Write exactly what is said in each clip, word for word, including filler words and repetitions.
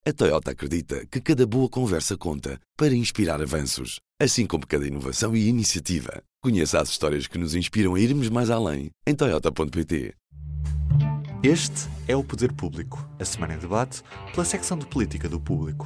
A Toyota acredita que cada boa conversa conta para inspirar avanços, assim como cada inovação e iniciativa. Conheça as histórias que nos inspiram a irmos mais além em toyota ponto pt. Este é o Poder Público, a semana em debate pela secção de Política do Público.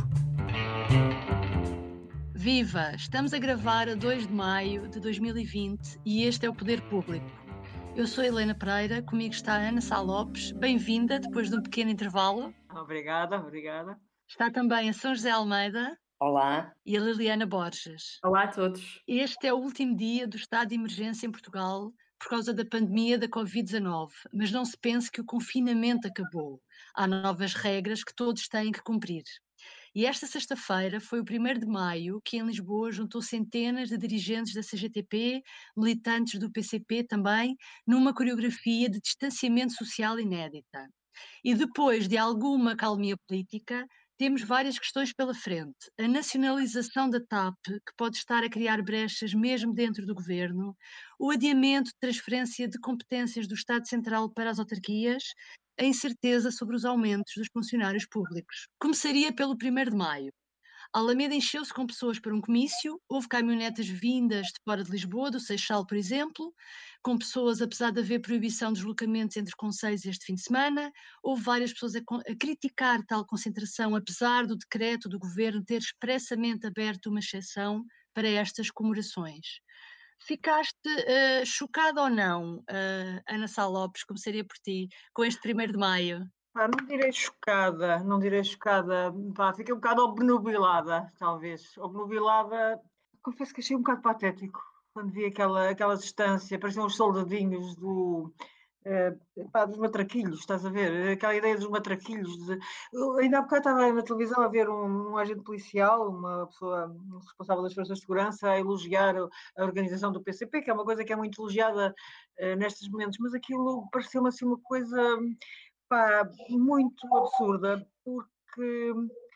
Viva! Estamos a gravar a dois de maio de dois mil e vinte e este é o Poder Público. Eu sou Helena Pereira, comigo está a Ana Sá Lopes. Bem-vinda depois de um pequeno intervalo. Obrigada, obrigada. Está também a São José Almeida. Olá. E a Liliana Borges. Olá a todos. Este é o último dia do estado de emergência em Portugal por causa da pandemia da covid dezanove, mas não se pense que o confinamento acabou. Há novas regras que todos têm que cumprir. E esta sexta-feira foi o primeiro de maio que em Lisboa juntou centenas de dirigentes da C G T P, militantes do P C P também, numa coreografia de distanciamento social inédita. E depois de alguma calmia política, temos várias questões pela frente. A nacionalização da T A P, que pode estar a criar brechas mesmo dentro do governo, o adiamento de transferência de competências do Estado Central para as autarquias, a incerteza sobre os aumentos dos funcionários públicos. Começaria pelo primeiro de maio. A Alameda encheu-se com pessoas para um comício, houve caminhonetas vindas de fora de Lisboa, do Seixal, por exemplo, com pessoas, apesar de haver proibição de deslocamentos entre concelhos este fim de semana, houve várias pessoas a, a criticar tal concentração, apesar do decreto do governo ter expressamente aberto uma exceção para estas comemorações. Ficaste uh, chocada ou não, uh, Ana Sá Lopes, começaria por ti, com este primeiro de maio? Pá, não direi chocada, não direi chocada, pá, fiquei um bocado obnubilada, talvez. Obnubilada, confesso que achei um bocado patético quando vi aquela, aquela distância, pareciam os soldadinhos do, eh, pá, dos matraquilhos, estás a ver? Aquela ideia dos matraquilhos. De... Eu ainda há bocado estava na televisão a ver um, um agente policial, uma pessoa um responsável das forças de segurança, a elogiar a organização do P C P, que é uma coisa que é muito elogiada eh, nestes momentos, mas aquilo pareceu-me assim uma coisa... Pá, muito absurda, porque,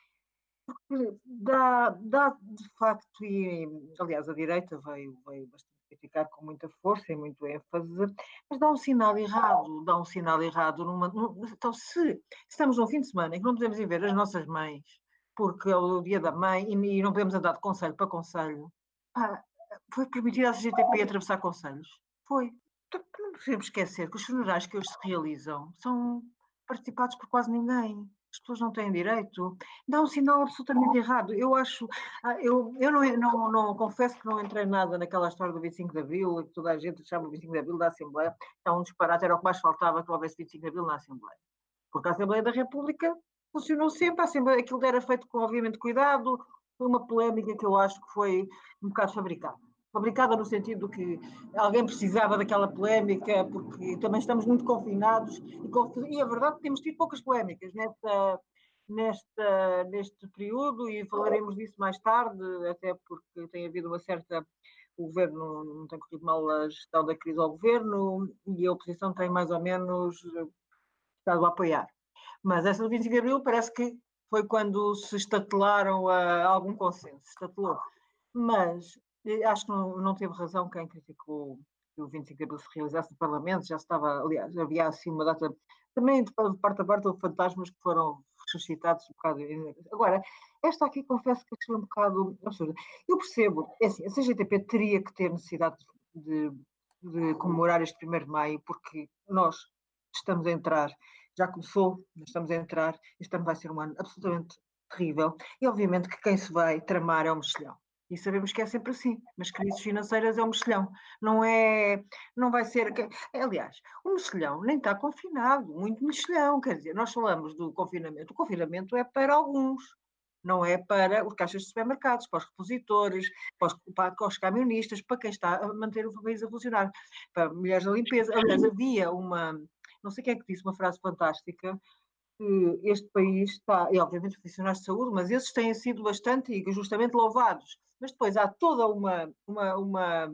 porque dá, dá de facto, e aliás a direita veio, veio bastante criticar com muita força e muito ênfase, mas dá um sinal errado, dá um sinal errado. Numa, num, então, se estamos num fim de semana em que não podemos ir ver as nossas mães, porque é o dia da mãe, e, e não podemos andar de conselho para conselho, pá, foi permitido à C G T P atravessar conselhos? Foi. Então, não podemos esquecer que os funerais que hoje se realizam são participados por quase ninguém. As pessoas não têm direito. Dá um sinal absolutamente errado. Eu acho, eu, eu não, não, não confesso que não entrei nada naquela história do vinte e cinco de Abril, que toda a gente chama o vinte e cinco de Abril da Assembleia. É um disparate, era o que mais faltava que houvesse vinte e cinco de Abril na Assembleia. Porque a Assembleia da República funcionou sempre, a Assembleia, aquilo era feito com, obviamente, cuidado, foi uma polémica que eu acho que foi um bocado fabricada. Fabricada no sentido que alguém precisava daquela polémica, porque também estamos muito confinados, e, e a verdade é que temos tido poucas polémicas nesta, nesta, neste período, e falaremos disso mais tarde, até porque tem havido uma certa... O governo não tem corrido mal a gestão da crise ao governo, e a oposição tem mais ou menos estado a apoiar. Mas essa do vinte e cinco de Abril parece que foi quando se estatelaram a algum consenso, estatelou. Mas acho que não, não teve razão quem criticou que o vinte e cinco de Abril se realizasse no Parlamento, já estava, aliás, havia assim uma data, também de parte a parte houve fantasmas que foram ressuscitados um bocado. Agora, esta aqui confesso que achei um bocado absurda. Eu percebo, é assim, a C G T P teria que ter necessidade de, de comemorar este primeiro de maio, porque nós estamos a entrar, já começou, estamos a entrar, este ano vai ser um ano absolutamente terrível, e obviamente que quem se vai tramar é o mexilhão. E sabemos que é sempre assim, mas crises financeiras é o mexilhão, não é, não vai ser, aliás, o mexilhão nem está confinado, muito mexilhão, quer dizer, nós falamos do confinamento, o confinamento é para alguns, não é para os caixas de supermercados, para os repositores, para os, para os camionistas, para quem está a manter o país a funcionar, para mulheres da limpeza. Aliás, havia uma, não sei quem é que disse, uma frase fantástica, que este país está, e obviamente profissionais de saúde, mas esses têm sido bastante e justamente louvados. Mas depois há toda uma, uma, uma,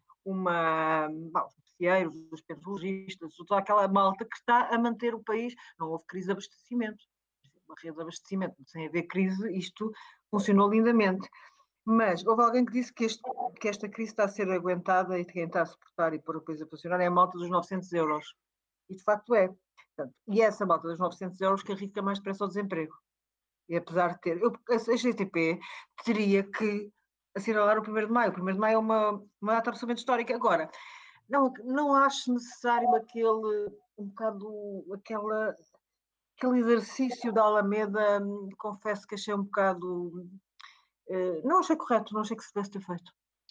uma bom, os especieiros, os petrologistas, toda aquela malta que está a manter o país. Não houve crise de abastecimento. Uma rede de abastecimento, sem haver crise, isto funcionou lindamente. Mas houve alguém que disse que, este, que esta crise está a ser aguentada e quem está a suportar e pôr o país a funcionar é a malta dos novecentos euros. E de facto é. Portanto, e é essa malta dos novecentos euros que arrisca mais depressa ao desemprego. E apesar de ter, eu, a C G T P teria que assinalar o primeiro de maio. O primeiro de maio é uma, uma data absolutamente histórica. Agora, não, não acho necessário aquele, um bocado, aquela, aquele exercício da Alameda, confesso que achei um bocado, eh, não achei correto, não achei que se devesse ter feito.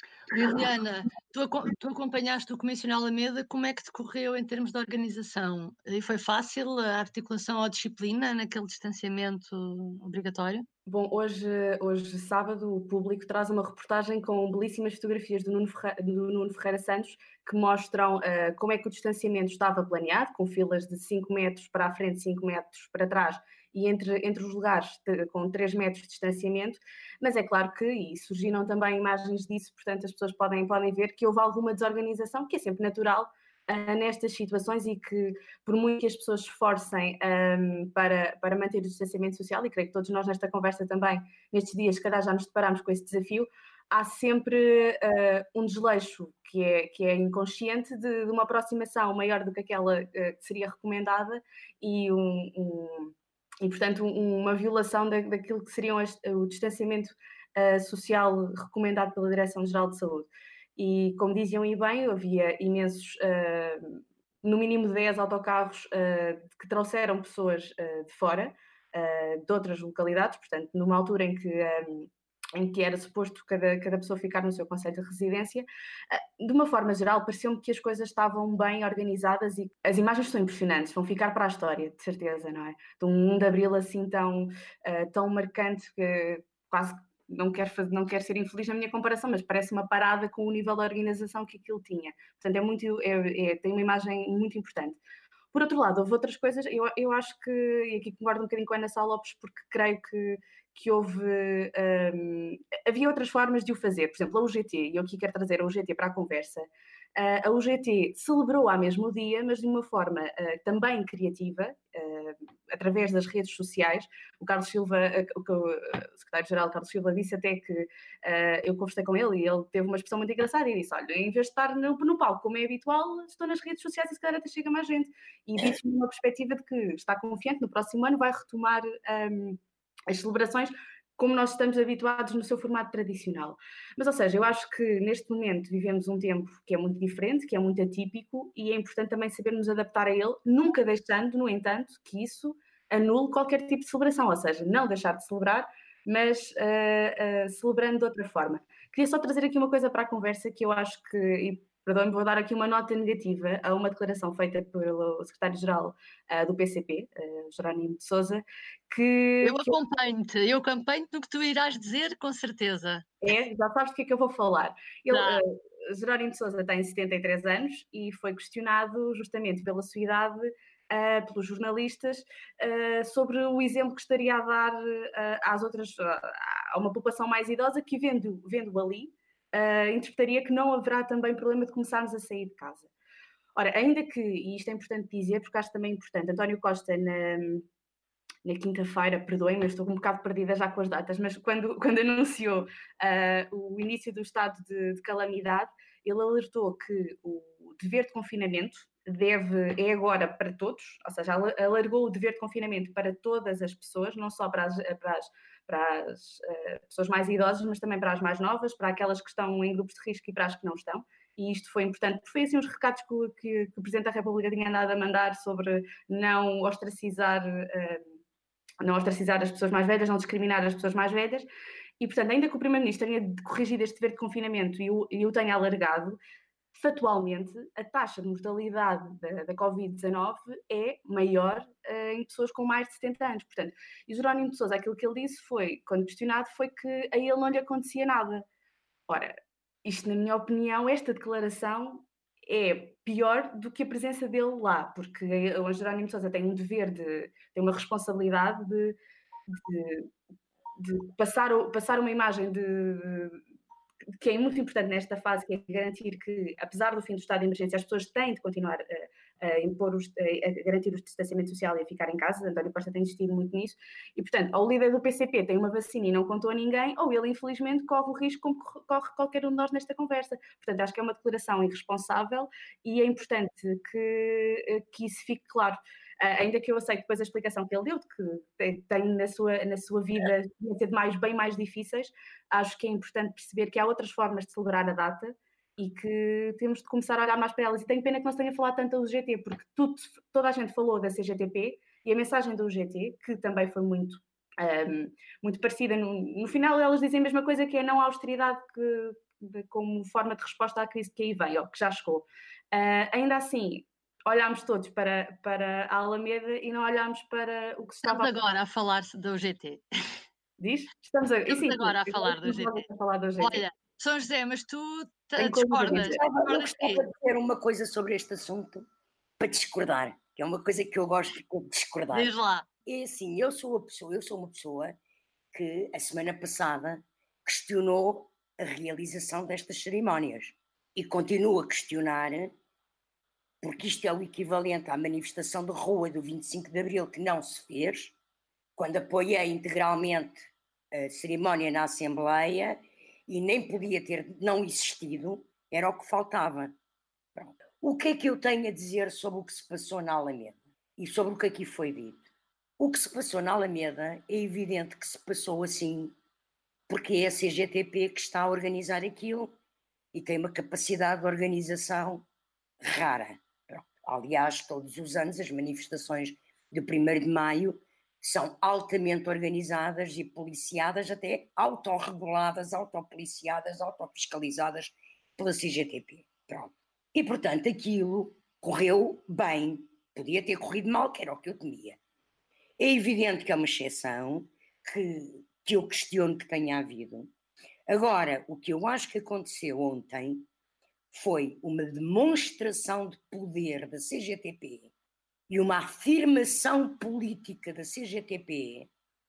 Liliana, tu, tu acompanhaste o Convencional Alameda, como é que decorreu em termos de organização? E foi fácil a articulação à disciplina naquele distanciamento obrigatório? Bom, hoje, hoje sábado, o Público traz uma reportagem com belíssimas fotografias do Nuno Ferreira, do Nuno Ferreira Santos, que mostram uh, como é que o distanciamento estava planeado, com filas de cinco metros para a frente, cinco metros para trás, e entre, entre os lugares de, com três metros de distanciamento, mas é claro que, e surgiram também imagens disso, portanto as pessoas podem, podem ver que houve alguma desorganização, que é sempre natural uh, nestas situações, e que por muito que as pessoas se esforcem um, para, para manter o distanciamento social, e creio que todos nós nesta conversa também, nestes dias, se calhar já nos deparamos com esse desafio, há sempre uh, um desleixo que é, que é inconsciente de, de uma aproximação maior do que aquela uh, que seria recomendada, e um, um E, portanto, uma violação da, daquilo que seria o distanciamento uh, social recomendado pela Direção-Geral de Saúde. E, como diziam e bem, havia imensos, uh, no mínimo dez autocarros uh, que trouxeram pessoas uh, de fora, uh, de outras localidades, portanto, numa altura em que... Um, em que era suposto cada, cada pessoa ficar no seu concelho de residência. De uma forma geral, pareceu-me que as coisas estavam bem organizadas, e as imagens são impressionantes, vão ficar para a história, de certeza, não é? De um um de abril assim tão, uh, tão marcante, que quase não quero, fazer, não quero ser infeliz na minha comparação, mas parece uma parada com o nível de organização que aquilo tinha. Portanto, é muito, é, é, tem uma imagem muito importante. Por outro lado, houve outras coisas, eu, eu acho que, e aqui concordo um bocadinho com a Ana Sá Lopes, porque creio que, que houve, um, havia outras formas de o fazer. Por exemplo, a U G T, e eu aqui quero trazer a U G T para a conversa, uh, a U G T celebrou ao mesmo dia, mas de uma forma uh, também criativa, uh, através das redes sociais. O Carlos Silva, uh, o, o secretário-geral Carlos Silva disse até que, uh, eu conversei com ele, e ele teve uma expressão muito engraçada, e disse, olha, em vez de estar no, no palco, como é habitual, estou nas redes sociais e se calhar até chega mais gente. E disse numa perspectiva de que está confiante, no próximo ano vai retomar um, as celebrações como nós estamos habituados no seu formato tradicional. Mas, ou seja, eu acho que neste momento vivemos um tempo que é muito diferente, que é muito atípico, e é importante também sabermos adaptar a ele, nunca deixando, no entanto, que isso anule qualquer tipo de celebração, ou seja, não deixar de celebrar, mas uh, uh, celebrando de outra forma. Queria só trazer aqui uma coisa para a conversa que eu acho que... E, Perdão, vou dar aqui uma nota negativa a uma declaração feita pelo secretário-geral uh, do P C P, uh, Jerónimo de Sousa, que... Eu acompanho-te, eu acompanho-te no que tu irás dizer, com certeza. É, já sabes do que é que eu vou falar. Ele, uh, Jerónimo de Sousa tem setenta e três anos e foi questionado justamente pela sua idade, uh, pelos jornalistas, uh, sobre o exemplo que estaria a dar uh, às outras, uh, a uma população mais idosa que, vendo, vendo ali, Uh, interpretaria que não haverá também problema de começarmos a sair de casa. Ora, ainda que, e isto é importante dizer, porque acho também importante, António Costa na, na quinta-feira, perdoem-me, eu estou um bocado perdida já com as datas, mas quando, quando anunciou uh, o início do estado de, de calamidade, ele alertou que o dever de confinamento deve, é agora para todos, ou seja, alargou o dever de confinamento para todas as pessoas, não só para as, para as, para as uh, pessoas mais idosas, mas também para as mais novas, para aquelas que estão em grupos de risco e para as que não estão. E isto foi importante, porque foi assim uns recados que, que, que o Presidente da República tinha andado a mandar sobre não ostracizar, uh, não ostracizar as pessoas mais velhas, não discriminar as pessoas mais velhas. E, portanto, ainda que o Primeiro-Ministro tenha corrigido este dever de confinamento e o, e o tenha alargado, factualmente, a taxa de mortalidade da, da covid dezanove é maior uh, em pessoas com mais de setenta anos. Portanto, e Jerónimo de Sousa, aquilo que ele disse foi, quando questionado, foi que a ele não lhe acontecia nada. Ora, isto, na minha opinião, esta declaração é pior do que a presença dele lá, porque o Jerónimo de Sousa tem um dever, de, tem uma responsabilidade de, de, de passar, passar uma imagem de... de que é muito importante nesta fase, que é garantir que, apesar do fim do estado de emergência, as pessoas têm de continuar a, a impor os, a, a garantir o distanciamento social e a ficar em casa. António Costa tem insistido muito nisso. E, portanto, ou o líder do P C P tem uma vacina e não contou a ninguém, ou ele, infelizmente, corre o risco como corre qualquer um de nós nesta conversa. Portanto, acho que é uma declaração irresponsável e é importante que, que isso fique claro. ainda que eu aceite depois a explicação que ele deu, de que tem, tem na, sua, na sua vida de mais, bem mais difíceis, acho que é importante perceber que há outras formas de celebrar a data e que temos de começar a olhar mais para elas. E tenho pena que não se tenha falado tanto da U G T, porque tudo, toda a gente falou da C G T P e a mensagem da U G T, que também foi muito, um, muito parecida, no, no final elas dizem a mesma coisa, que é não a austeridade que, de, como forma de resposta à crise que aí vem, ou que já chegou. Uh, ainda assim, olhámos todos para, para a Alameda e não olhámos para o que se estava... Estamos agora a falar da U G T. Diz? Estamos, a... Estamos sim, agora sim, a falar da U G T. A falar da U G T. Olha, São José, mas tu Tem discordas? coisas Eu gostava de dizer uma coisa sobre este assunto para discordar, que é uma coisa que eu gosto de discordar. Diz lá. É assim, eu sou, a pessoa, eu sou uma pessoa que a semana passada questionou a realização destas cerimónias e continuo a questionar, porque isto é o equivalente à manifestação de rua do vinte e cinco de Abril que não se fez, quando apoiei integralmente a cerimónia na Assembleia e nem podia ter não existido, era o que faltava. Pronto. O que é que eu tenho a dizer sobre o que se passou na Alameda e sobre o que aqui foi dito? O que se passou na Alameda é evidente que se passou assim, porque é a C G T P que está a organizar aquilo e tem uma capacidade de organização rara. Pronto. Aliás, todos os anos as manifestações do primeiro de maio são altamente organizadas e policiadas, até autorreguladas, autopoliciadas, autofiscalizadas pela C G T P. Pronto. E, portanto, aquilo correu bem. Podia ter corrido mal, que era o que eu temia. É evidente que é uma exceção, que, que eu questiono que tenha havido. Agora, o que eu acho que aconteceu ontem foi uma demonstração de poder da C G T P e uma afirmação política da C G T P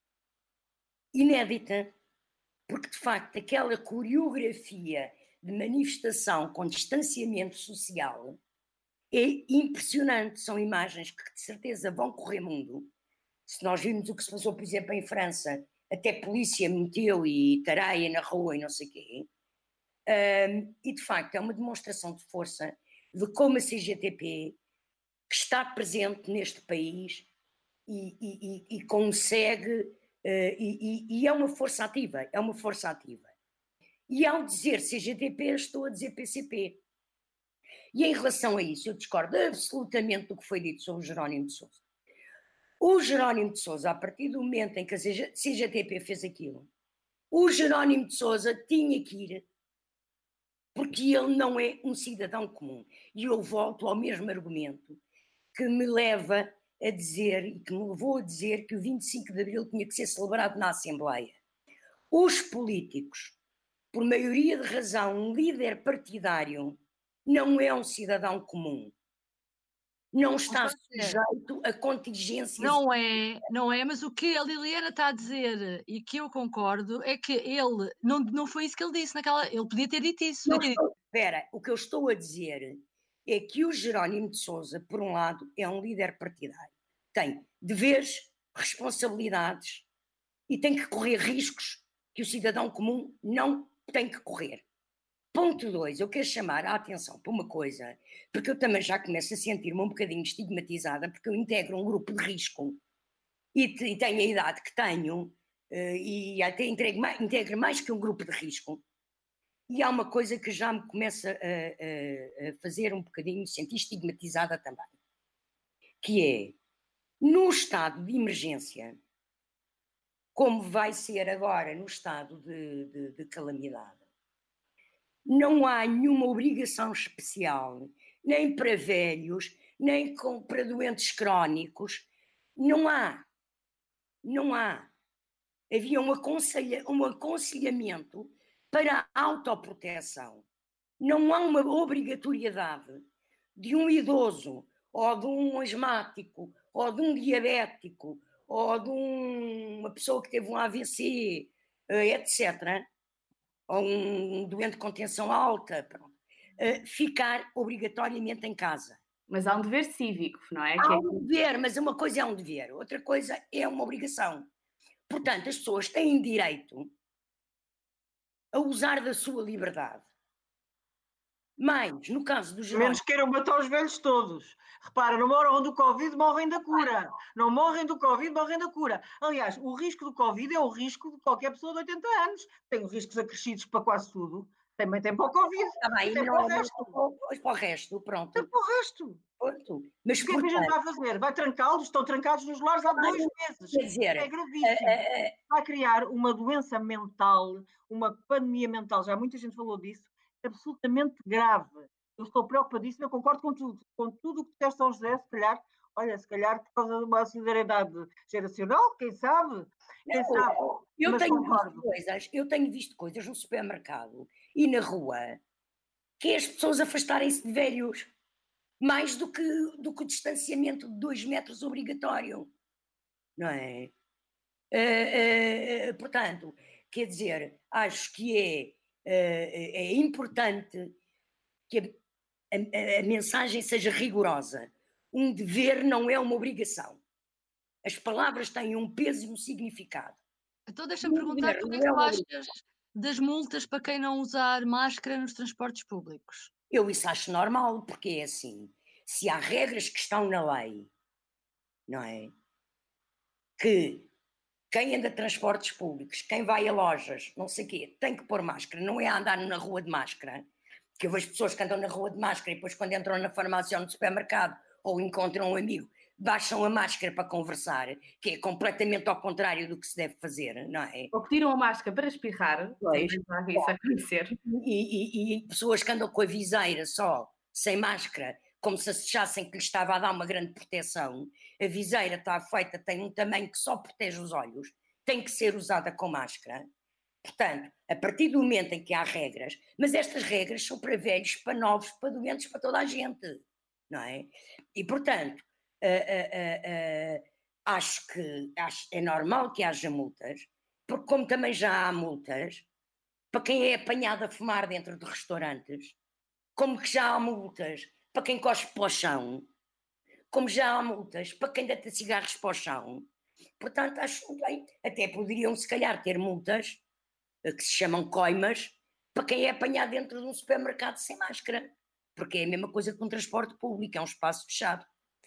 inédita, porque de facto aquela coreografia de manifestação com distanciamento social é impressionante. São imagens que de certeza vão correr mundo. Se nós vimos o que se passou, por exemplo, em França, até polícia meteu e tareia na rua e não sei o quê, um, e de facto é uma demonstração de força de como a C G T P que está presente neste país e, e, e, e consegue, uh, e, e, e é uma força ativa, é uma força ativa. E ao dizer C G T P, estou a dizer P C P. E em relação a isso, eu discordo absolutamente do que foi dito sobre o Jerónimo de Sousa. O Jerónimo de Sousa, a partir do momento em que a C G T P fez aquilo, o Jerónimo de Sousa tinha que ir, porque ele não é um cidadão comum. E eu volto ao mesmo argumento que me leva a dizer, e que me levou a dizer, que o vinte e cinco de Abril tinha que ser celebrado na Assembleia. Os políticos, por maioria de razão, um líder partidário não é um cidadão comum. Não está sujeito a contingências. Não é, não é, mas o que a Liliana está a dizer e que eu concordo é que ele, não, não foi isso que ele disse naquela, ele podia ter dito isso. Espera, o que eu estou a dizer é que o Jerónimo de Sousa, por um lado, é um líder partidário. Tem deveres, responsabilidades e tem que correr riscos que o cidadão comum não tem que correr. Ponto dois, eu quero chamar a atenção para uma coisa, porque eu também já começo a sentir-me um bocadinho estigmatizada, porque eu integro um grupo de risco e, te, e tenho a idade que tenho, uh, e até integro mais, integro mais que um grupo de risco. E há uma coisa que já me começa a, a, a fazer um bocadinho sentir estigmatizada também, que é, no estado de emergência, como vai ser agora no estado de, de, de calamidade, não há nenhuma obrigação especial, nem para velhos, nem com, para doentes crónicos. Não há. Não há. Havia um, aconselha, um aconselhamento para a autoproteção. Não há uma obrigatoriedade de um idoso, ou de um asmático, ou de um diabético, ou de um, uma pessoa que teve um A V C, etcétera, ou um doente com tensão alta, pronto, uh, ficar obrigatoriamente em casa. Mas há um dever cívico, não é? Há que é... um dever, mas uma coisa é um dever, outra coisa é uma obrigação. Portanto, as pessoas têm direito a usar da sua liberdade. Mas, no caso dos Menos queiram matar os velhos todos. Repara, não morram do Covid, morrem da cura. Não morrem do Covid, morrem da cura. Aliás, o risco do Covid é o risco de qualquer pessoa de oitenta anos. Tem riscos acrescidos para quase tudo. Também tem para o Covid. Tá bem, tem não, para o não, resto. Pois para o resto, pronto. Tem para o resto. Pronto. Mas o que é que a gente vai fazer? Vai trancá-los? Estão trancados nos lares há dois meses. Quer dizer, é gravíssimo. Uh, uh, vai criar uma doença mental, uma pandemia mental, já muita gente falou disso, absolutamente grave. Eu estou preocupadíssima, eu concordo com tudo, com tudo o que disseste São José, se calhar, olha, se calhar por causa de uma solidariedade geracional, quem sabe? Quem não, sabe? Eu Mas tenho concordo. visto coisas, eu tenho visto coisas no supermercado e na rua que é as pessoas afastarem-se de velhos, mais do que, do que o distanciamento de dois metros obrigatório, não é? Uh, uh, portanto, quer dizer, acho que é, uh, é importante que a, a, a mensagem seja rigorosa. Um dever não é uma obrigação. As palavras têm um peso e um significado. Então deixa-me perguntar, o que é que tu achas das multas para quem não usar máscara nos transportes públicos? Eu isso acho normal, porque é assim, se há regras que estão na lei, não é? Que quem anda de transportes públicos, quem vai a lojas, não sei o quê, tem que pôr máscara, não é andar na rua de máscara, que eu vejo pessoas que andam na rua de máscara e depois quando entram na farmácia ou no supermercado ou encontram um amigo, baixam a máscara para conversar, que é completamente ao contrário do que se deve fazer, não é? Ou que tiram a máscara para espirrar, pois, já vi isso acontecer. E, e, e pessoas que andam com a viseira só, sem máscara, como se achassem que lhe estava a dar uma grande proteção. A viseira está feita, tem um tamanho que só protege os olhos, tem que ser usada com máscara. Portanto, a partir do momento em que há regras, mas estas regras são para velhos, para novos, para doentes, para toda a gente, não é? E, portanto, uh, uh, uh, uh, acho que acho, é normal que haja multas, porque como também já há multas para quem é apanhado a fumar dentro de restaurantes, como que já há multas para quem cospe para o chão, como já há multas para quem deita cigarros para o chão. Portanto, acho bem, até poderiam se calhar ter multas que se chamam coimas para quem é apanhado dentro de um supermercado sem máscara, porque é a mesma coisa que um transporte público, é um espaço fechado.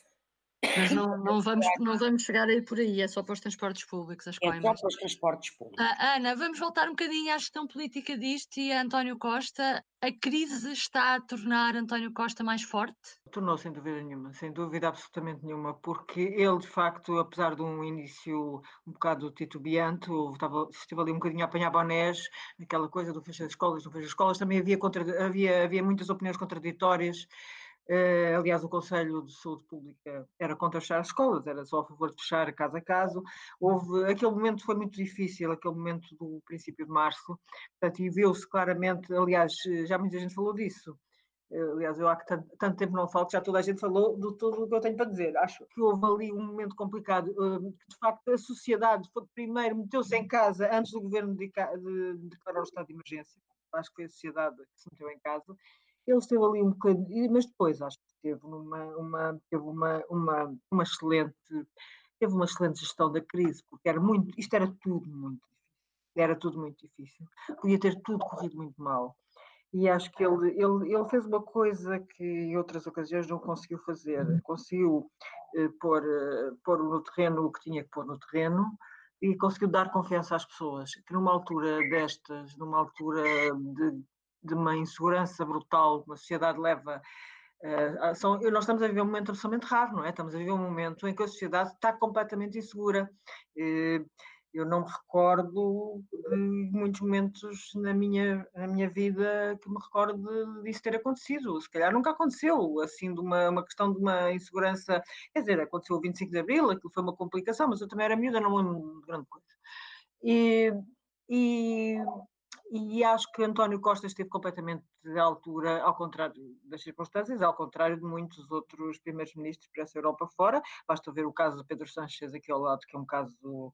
Mas não, não, vamos, não vamos chegar aí por aí, é só para os transportes públicos, as coimas. É só para os transportes públicos. Ah, Ana, vamos voltar um bocadinho à gestão política disto e a António Costa. A crise está a tornar António Costa mais forte? Tornou, sem dúvida nenhuma, sem dúvida absolutamente nenhuma, porque ele, de facto, apesar de um início um bocado titubeante, estava, esteve ali um bocadinho a apanhar bonés, aquela coisa do fecho das escolas, não fecho das escolas, também havia, contra, havia, havia muitas opiniões contraditórias. Uh, aliás, o Conselho de Saúde Pública era contra fechar as escolas, era só a favor de fechar caso a caso. Houve, aquele momento foi muito difícil, aquele momento do princípio de março, portanto, e viu-se claramente, aliás, já muita gente falou disso. Aliás, eu há que tanto, tanto tempo não falo que já toda a gente falou de tudo o que eu tenho para dizer. Acho que houve ali um momento complicado, que de facto a sociedade foi, primeiro meteu-se em casa antes do governo de, de, de declarar o estado de emergência. Acho que foi a sociedade que se meteu em casa. Ele esteve ali um bocadinho, mas depois acho que teve uma, uma, teve uma, uma, uma excelente, teve uma excelente gestão da crise, porque era muito, isto era tudo muito difícil, era tudo muito difícil, podia ter tudo corrido muito mal. E acho que ele, ele, ele fez uma coisa que em outras ocasiões não conseguiu fazer, conseguiu eh, pôr, eh, pôr no terreno o que tinha que pôr no terreno, e conseguiu dar confiança às pessoas, que numa altura destas, numa altura de de uma insegurança brutal que uma sociedade leva... Uh, são, nós estamos a viver um momento absolutamente raro, não é? Estamos a viver um momento em que a sociedade está completamente insegura. Uh, eu não me recordo de muitos momentos na minha, na minha vida que me recordo disso ter acontecido. Se calhar nunca aconteceu, assim, de uma, uma questão de uma insegurança... Quer dizer, aconteceu o vinte e cinco de Abril, aquilo foi uma complicação, mas eu também era miúda, não lembro de grande coisa. E... e E acho que António Costa esteve completamente à altura, ao contrário das circunstâncias, ao contrário de muitos outros primeiros-ministros para essa Europa fora. Basta ver o caso de Pedro Sánchez aqui ao lado, que é um caso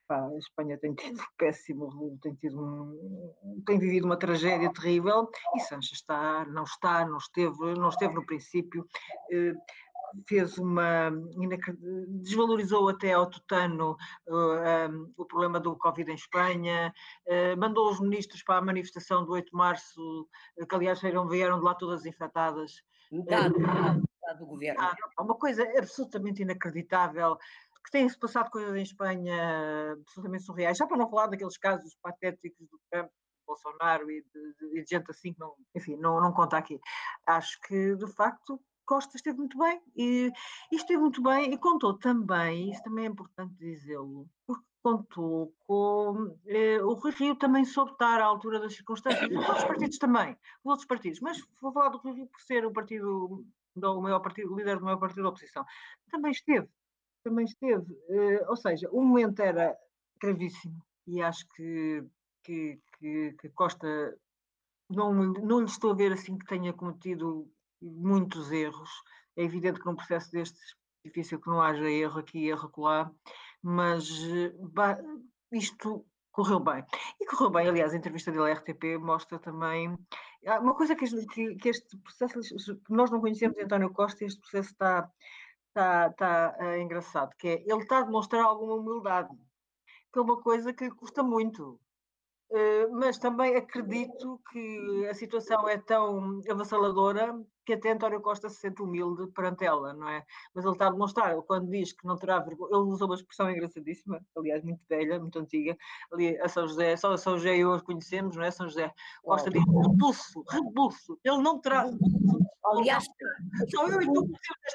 Pá, a Espanha tem tido péssimo, tem, tido um, tem vivido uma tragédia terrível e Sanches está, não está, não esteve, não esteve no princípio, eh, fez uma, desvalorizou até ao tutano uh, um, o problema do Covid em Espanha, uh, mandou os ministros para a manifestação do oito de março, que aliás vieram, vieram de lá todas infectadas. Metade, metade do governo. Ah, uma coisa absolutamente inacreditável, que têm-se passado coisas em Espanha absolutamente surreais, já para não falar daqueles casos patéticos do Trump, do Bolsonaro e de, de, de gente assim que não, enfim, não, não conta aqui. Acho que, de facto, Costa esteve muito bem e, e esteve muito bem e contou também, isso também é importante dizê-lo, porque contou com eh, o Rui Rio também soube estar à altura das circunstâncias, e os outros partidos também, os outros partidos, mas vou falar do Rui Rio por ser o partido, do maior partido, o líder do maior partido da oposição, também esteve, também esteve, eh, ou seja, o momento era gravíssimo e acho que, que, que, que Costa não, não lhe estou a ver assim que tenha cometido muitos erros. É evidente que num processo destes é difícil que não haja erro aqui e erro acolá, mas bah, isto correu bem. E correu bem, aliás, a entrevista dele à R T P mostra também uma coisa que, que, que este processo, que nós não conhecemos António Costa, este processo está, está, está é, engraçado, que é, ele está a demonstrar alguma humildade, que é uma coisa que custa muito. Uh, mas também acredito que a situação é tão avassaladora que até António Costa se sente humilde perante ela, não é? Mas ele está a demonstrar, ele quando diz que não terá vergonha, ele usou uma expressão engraçadíssima, aliás, muito velha, muito antiga, ali a São José, só a São José e eu a conhecemos, não é? São José Costa diz repulso, repulso, ele não terá repulso. Aliás, só eu e tu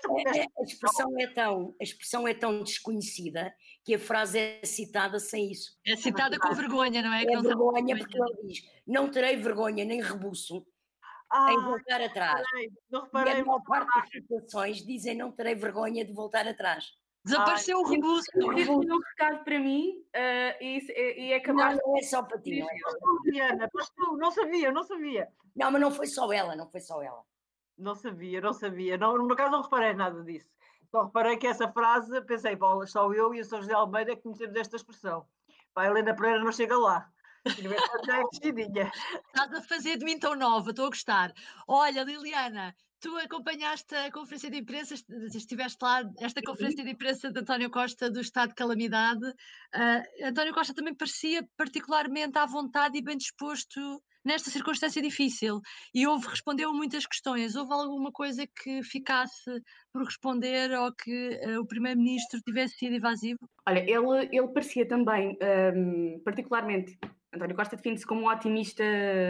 a expressão é tão, a expressão é tão desconhecida que a frase é citada sem isso. É citada com vergonha, não é? É que não vergonha porque ele diz, não terei vergonha nem rebuço ah, em voltar atrás. Não reparei, e a maior parte das situações dizem não terei vergonha de voltar atrás. Desapareceu ah, o rebuço. Isso é um recado para mim uh, e, e é capaz... Não, não é só para ti. Não, é. não sabia, não sabia. Não, mas não foi só ela, não foi só ela. Não sabia, não sabia. Não, no caso não reparei nada disso. Só reparei que essa frase, pensei, Paula, só eu e o São José Almeida que conhecemos esta expressão. Pá, a Helena Pereira não chega lá. Já é vestidinha. Estás a fazer de mim tão nova, estou a gostar. Olha, Liliana, tu acompanhaste a conferência de imprensa, estiveste lá, esta conferência de imprensa de António Costa do estado de calamidade. Uh, António Costa também parecia particularmente à vontade e bem disposto nesta circunstância difícil e houve, respondeu a muitas questões. Houve alguma coisa que ficasse por responder ou que uh, o primeiro-ministro tivesse sido evasivo? Olha, ele, ele parecia também, um, particularmente, António Costa define-se como um otimista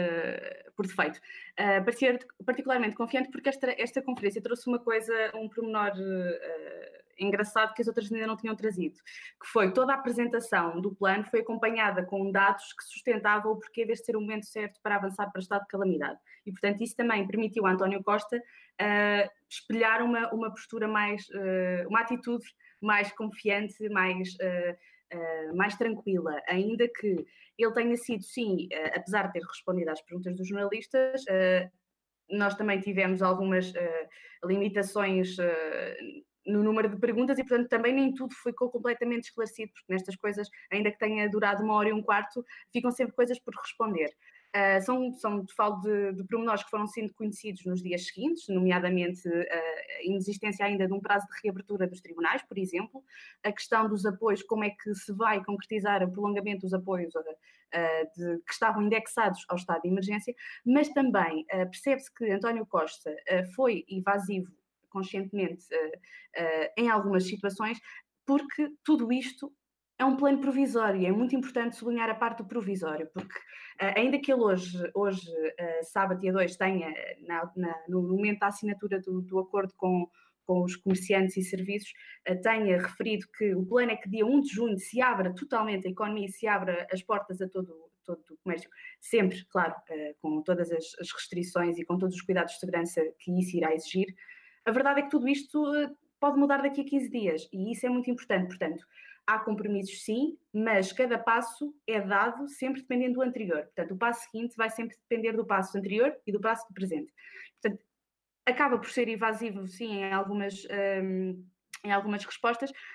por defeito, uh, parecia particularmente confiante porque esta, esta conferência trouxe uma coisa, um pormenor uh, engraçado que as outras ainda não tinham trazido, que foi toda a apresentação do plano foi acompanhada com dados que sustentavam o porquê deste ser o momento certo para avançar para o estado de calamidade. E, portanto, isso também permitiu a António Costa uh, espelhar uma, uma postura mais, uh, uma atitude mais confiante, mais... Uh, Uh, mais tranquila, ainda que ele tenha sido, sim, uh, apesar de ter respondido às perguntas dos jornalistas, uh, nós também tivemos algumas uh, limitações uh, no número de perguntas e, portanto, também nem tudo ficou completamente esclarecido, porque nestas coisas, ainda que tenha durado uma hora e um quarto, ficam sempre coisas por responder. Uh, são, são, falo de, de pormenores que foram sendo conhecidos nos dias seguintes, nomeadamente uh, a inexistência ainda de um prazo de reabertura dos tribunais, por exemplo, a questão dos apoios, como é que se vai concretizar o prolongamento dos apoios uh, de, que estavam indexados ao estado de emergência, mas também uh, percebe-se que António Costa uh, foi evasivo conscientemente uh, uh, em algumas situações, porque tudo isto é um plano provisório, é muito importante sublinhar a parte do provisório, porque uh, ainda que ele hoje, hoje uh, sábado, dia dois, tenha, na, na, no momento da assinatura do, do acordo com, com os comerciantes e serviços, uh, tenha referido que o plano é que dia um de junho se abra totalmente a economia, se abra as portas a todo, todo o comércio, sempre, claro, uh, com todas as, as restrições e com todos os cuidados de segurança que isso irá exigir. A verdade é que tudo isto uh, pode mudar daqui a quinze dias e isso é muito importante, portanto, há compromissos sim, mas cada passo é dado sempre dependendo do anterior. Portanto, o passo seguinte vai sempre depender do passo anterior e do passo do presente. Portanto, acaba por ser evasivo sim em algumas, um, em algumas respostas,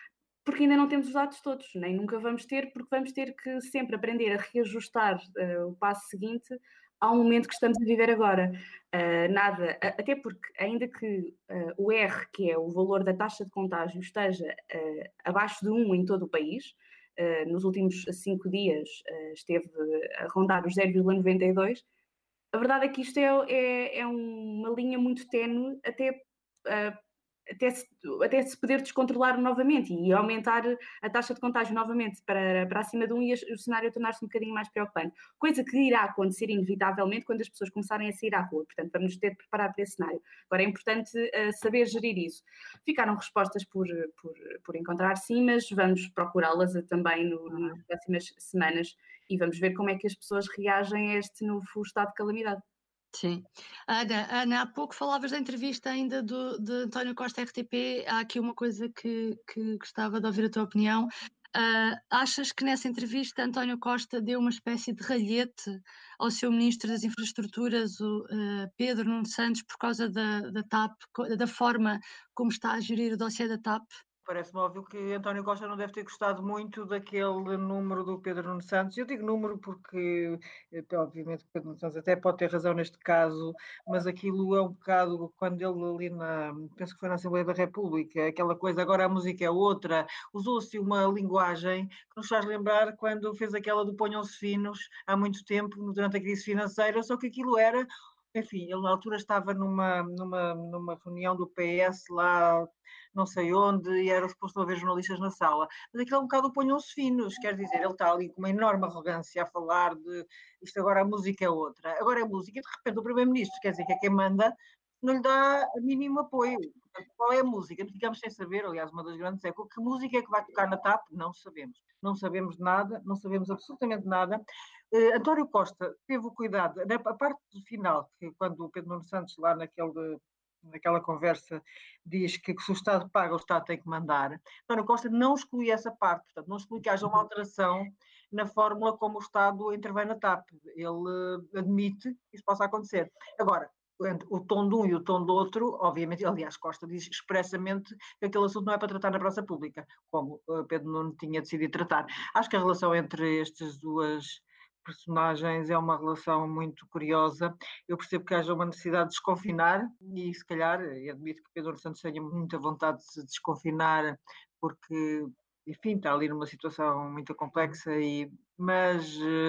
porque ainda não temos os dados todos, nem nunca vamos ter, porque vamos ter que sempre aprender a reajustar uh, o passo seguinte ao momento que estamos a viver agora. Uh, nada, até porque, ainda que uh, o R, que é o valor da taxa de contágio, esteja uh, abaixo de um em todo o país, uh, nos últimos cinco dias uh, esteve a rondar os zero vírgula noventa e dois, a verdade é que isto é, é, é uma linha muito ténue até, uh, até, se, até se poder descontrolar novamente e aumentar a taxa de contágio novamente para, para acima de um e o cenário tornar-se um bocadinho mais preocupante. Coisa que irá acontecer inevitavelmente quando as pessoas começarem a sair à rua. Portanto, vamos nos ter de preparar para esse cenário. Agora, é importante uh, saber gerir isso. Ficaram respostas por, por, por encontrar, sim, mas vamos procurá-las também no, nas próximas semanas e vamos ver como é que as pessoas reagem a este novo estado de calamidade. Sim. Ana, Ana, há pouco falavas da entrevista ainda do, de António Costa R T P. Há aqui uma coisa que, que gostava de ouvir a tua opinião. Uh, achas que nessa entrevista António Costa deu uma espécie de ralhete ao seu Ministro das Infraestruturas, o uh, Pedro Nuno Santos, por causa da, da T A P, da forma como está a gerir o dossiê da T A P? Parece-me óbvio que António Costa não deve ter gostado muito daquele número do Pedro Nuno Santos. Eu digo número porque, obviamente, o Pedro Nuno Santos até pode ter razão neste caso, mas aquilo é um bocado, quando ele ali na, penso que foi na Assembleia da República, aquela coisa, agora a música é outra, usou-se uma linguagem que nos faz lembrar quando fez aquela do Ponham-se Finos, há muito tempo, durante a crise financeira, só que aquilo era... Enfim, ele na altura estava numa, numa, numa reunião do P S lá, não sei onde, e era suposto haver jornalistas na sala. Mas aquilo é um bocado ponham-se finos, quer dizer, ele está ali com uma enorme arrogância a falar de isto agora a música é outra. Agora é música, e de repente o Primeiro-Ministro, quer dizer, que é quem manda, não lhe dá mínimo apoio. Qual é a música? Ficamos sem saber, aliás, uma das grandes é que música é que vai tocar na T A P? Não sabemos. Não sabemos nada, não sabemos absolutamente nada. Uh, António Costa teve o cuidado, na parte final, que quando o Pedro Nuno Santos lá naquele, naquela conversa diz que, que se o Estado paga, o Estado tem que mandar, António Costa não exclui essa parte, portanto, não exclui que haja uma alteração na fórmula como o Estado intervém na T A P. Ele uh, admite que isso possa acontecer. Agora, o tom de um e o tom do outro, obviamente, aliás, Costa diz expressamente que aquele assunto não é para tratar na praça pública, como Pedro Nuno tinha decidido tratar. Acho que a relação entre estas duas personagens é uma relação muito curiosa. Eu percebo que haja uma necessidade de desconfinar e, se calhar, admito que Pedro Santos tenha muita vontade de se desconfinar porque, enfim, está ali numa situação muito complexa, e, mas,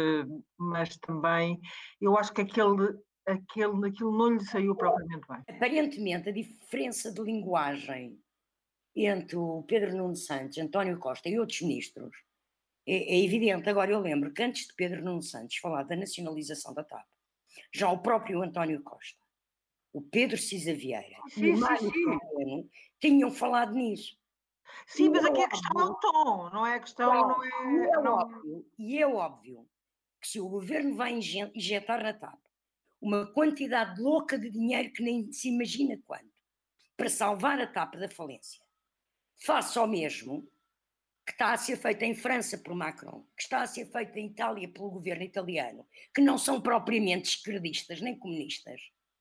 mas também eu acho que aquele Aquele, aquilo não lhe saiu propriamente bem. Aparentemente, a diferença de linguagem entre o Pedro Nuno Santos, António Costa e outros ministros é, é evidente. Agora, eu lembro que antes de Pedro Nuno Santos falar da nacionalização da T A P, já o próprio António Costa, o Pedro Cisa Vieira sim, e o Mário Centeno tinham falado nisso. Sim, e mas é aqui a questão é o tom, não é a questão, claro, não é... E é, não... Óbvio, e é óbvio que se o governo vai injetar na T A P uma quantidade louca de dinheiro que nem se imagina quanto, para salvar a T A P da falência, face ao mesmo que está a ser feito em França por Macron, que está a ser feito em Itália pelo governo italiano, que não são propriamente esquerdistas nem comunistas,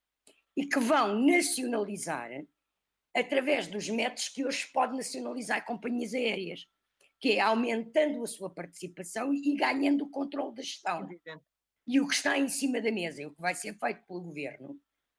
e que vão nacionalizar através dos métodos que hoje se pode nacionalizar companhias aéreas, que é aumentando a sua participação e ganhando o controle da gestão. Evidente. E o que está em cima da mesa e o que vai ser feito pelo governo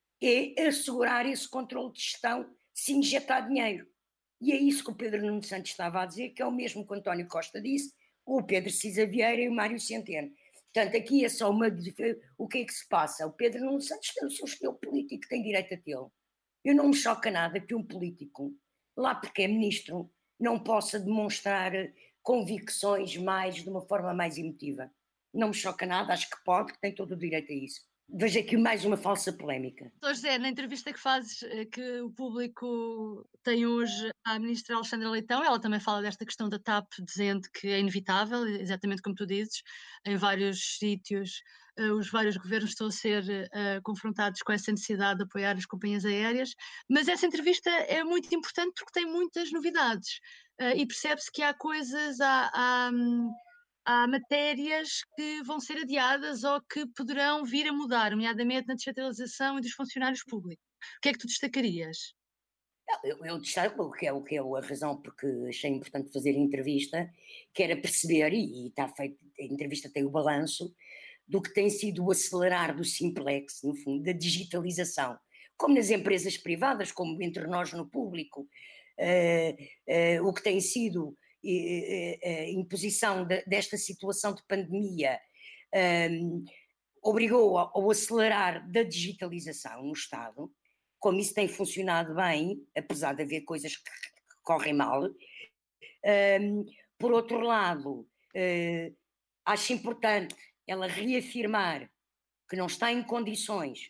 é assegurar esse controle de gestão sem injetar dinheiro. E é isso que o Pedro Nuno Santos estava a dizer, que é o mesmo que o António Costa disse, o Pedro Cisa Vieira e o Mário Centeno. Portanto, aqui é só uma... O que é que se passa? O Pedro Nuno Santos tem o seu estilo político, tem direito a tê-lo. Eu não me choca nada que um político, lá porque é ministro, não possa demonstrar convicções mais de uma forma mais emotiva. Não me choca nada, acho que pode, que tem todo o direito a isso. Veja aqui mais uma falsa polémica. José, na entrevista que fazes, que o público tem hoje à ministra Alexandra Leitão, ela também fala desta questão da T A P, dizendo que é inevitável, exatamente como tu dizes, em vários sítios os vários governos estão a ser uh, confrontados com essa necessidade de apoiar as companhias aéreas, mas essa entrevista é muito importante porque tem muitas novidades uh, e percebe-se que há coisas, há... há Há matérias que vão ser adiadas ou que poderão vir a mudar, nomeadamente na descentralização e dos funcionários públicos. O que é que tu destacarias? Eu, eu destaco o que, é, o que é a razão porque achei importante fazer a entrevista, que era perceber, e, e está feito, a entrevista tem o balanço, do que tem sido o acelerar do simplex, no fundo, da digitalização, como nas empresas privadas, como entre nós no público, uh, uh, o que tem sido a imposição de, desta situação de pandemia um, obrigou ao, ao acelerar da digitalização no Estado, como isso tem funcionado bem, apesar de haver coisas que, que correm mal. Um, por outro lado, uh, acho importante ela reafirmar que não está em condições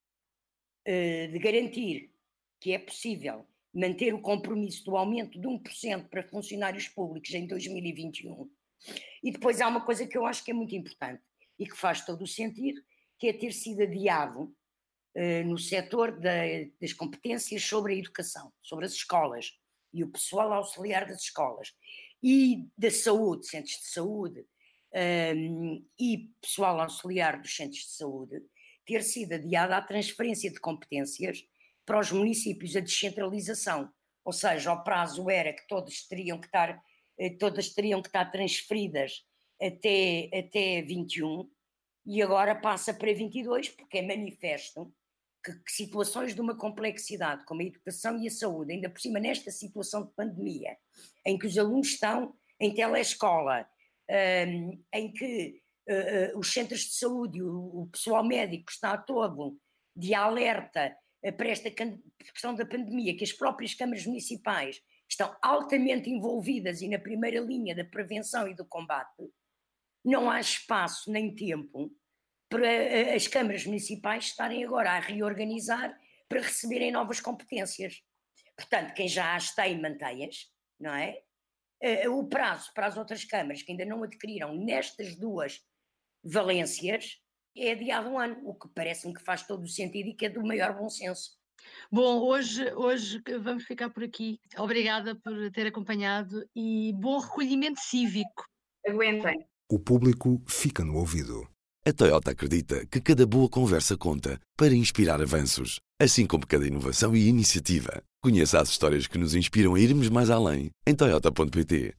uh, de garantir que é possível manter o compromisso do aumento de um por cento para funcionários públicos em dois mil e vinte e um. E depois há uma coisa que eu acho que é muito importante e que faz todo o sentido, que é ter sido adiado uh, no setor da, das competências sobre a educação, sobre as escolas e o pessoal auxiliar das escolas e da saúde, centros de saúde um, e pessoal auxiliar dos centros de saúde, ter sido adiada a transferência de competências para os municípios, a descentralização, ou seja, o prazo era que todas teriam que estar, todas teriam que estar transferidas até, até vinte e um, e agora passa para vinte e dois, porque é manifesto que, que situações de uma complexidade como a educação e a saúde, ainda por cima nesta situação de pandemia, em que os alunos estão em telescola, um, em que uh, uh, os centros de saúde, o, o pessoal médico está todo de alerta para esta questão da pandemia, que as próprias câmaras municipais estão altamente envolvidas e na primeira linha da prevenção e do combate, não há espaço nem tempo para as câmaras municipais estarem agora a reorganizar para receberem novas competências. Portanto, quem já as tem, mantém-as, não é? O prazo para as outras câmaras que ainda não adquiriram nestas duas valências é adiado um ano, o que parece-me que faz todo o sentido e que é do maior bom senso. Bom, hoje, hoje vamos ficar por aqui. Obrigada por ter acompanhado e bom recolhimento cívico. Aguentem. O público fica no ouvido. A Toyota acredita que cada boa conversa conta para inspirar avanços, assim como cada inovação e iniciativa. Conheça as histórias que nos inspiram a irmos mais além em toyota ponto pt.